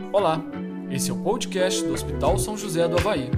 Olá, esse é o podcast do Hospital São José do Avaí.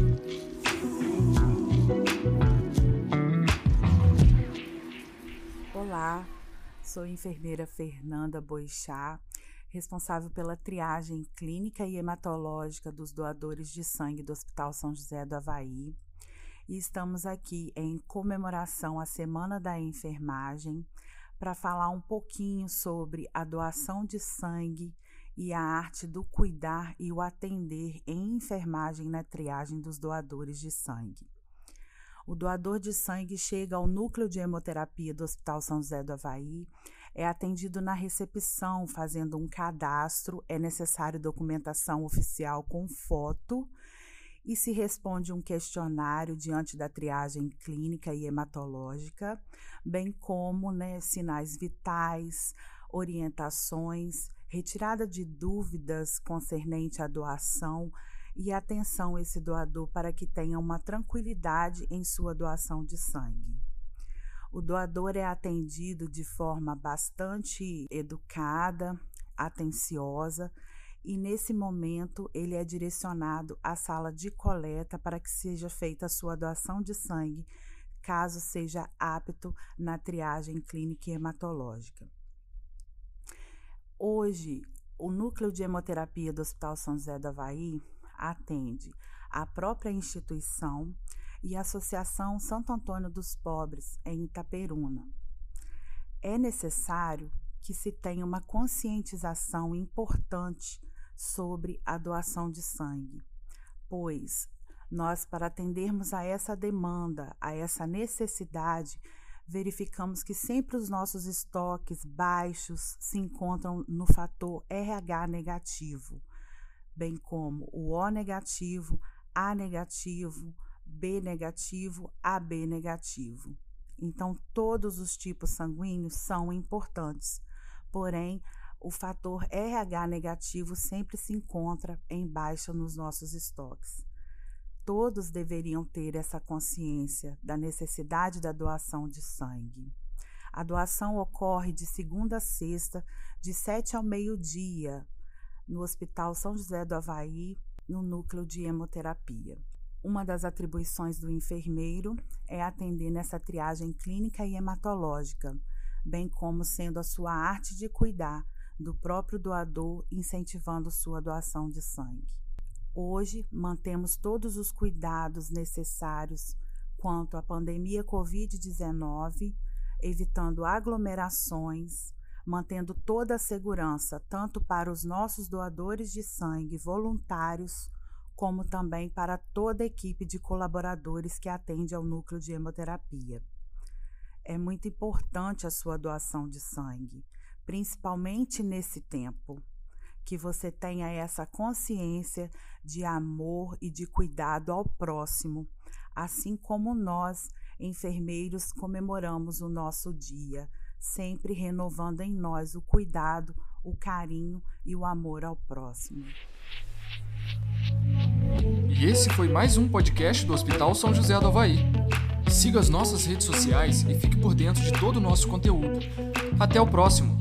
Olá, sou a enfermeira Fernanda Boixá, responsável pela triagem clínica e hematológica dos doadores de sangue do Hospital São José do Avaí. E estamos aqui em comemoração à Semana da Enfermagem para falar um pouquinho sobre a doação de sangue e a arte do cuidar e o atender em enfermagem na triagem dos doadores de sangue. O doador de sangue chega ao núcleo de hemoterapia do Hospital São José do Avaí, é atendido na recepção fazendo um cadastro, é necessário documentação oficial com foto e se responde um questionário diante da triagem clínica e hematológica, bem como sinais vitais, orientações, retirada de dúvidas concernente à doação e atenção a esse doador para que tenha uma tranquilidade em sua doação de sangue. O doador é atendido de forma bastante educada, atenciosa, e nesse momento ele é direcionado à sala de coleta para que seja feita a sua doação de sangue, caso seja apto na triagem clínica e hematológica. Hoje, o núcleo de hemoterapia do Hospital São José do Avaí atende a própria instituição e a Associação Santo Antônio dos Pobres, em Itaperuna. É necessário que se tenha uma conscientização importante sobre a doação de sangue, pois nós, para atendermos a essa demanda, a essa necessidade, verificamos que sempre os nossos estoques baixos se encontram no fator RH negativo, bem como o O negativo, A negativo, B negativo, AB negativo. Então, todos os tipos sanguíneos são importantes, porém, o fator RH negativo sempre se encontra em baixa nos nossos estoques. Todos deveriam ter essa consciência da necessidade da doação de sangue. A doação ocorre de segunda a sexta, de 7 ao meio-dia, no Hospital São José do Avaí, no núcleo de hemoterapia. Uma das atribuições do enfermeiro é atender nessa triagem clínica e hematológica, bem como sendo a sua arte de cuidar do próprio doador, incentivando sua doação de sangue. Hoje, mantemos todos os cuidados necessários quanto à pandemia Covid-19, evitando aglomerações, mantendo toda a segurança, tanto para os nossos doadores de sangue voluntários, como também para toda a equipe de colaboradores que atende ao núcleo de hemoterapia. É muito importante a sua doação de sangue, principalmente nesse tempo, que você tenha essa consciência de amor e de cuidado ao próximo, assim como nós, enfermeiros, comemoramos o nosso dia, sempre renovando em nós o cuidado, o carinho e o amor ao próximo. E esse foi mais um podcast do Hospital São José do Avaí. Siga as nossas redes sociais e fique por dentro de todo o nosso conteúdo. Até o próximo!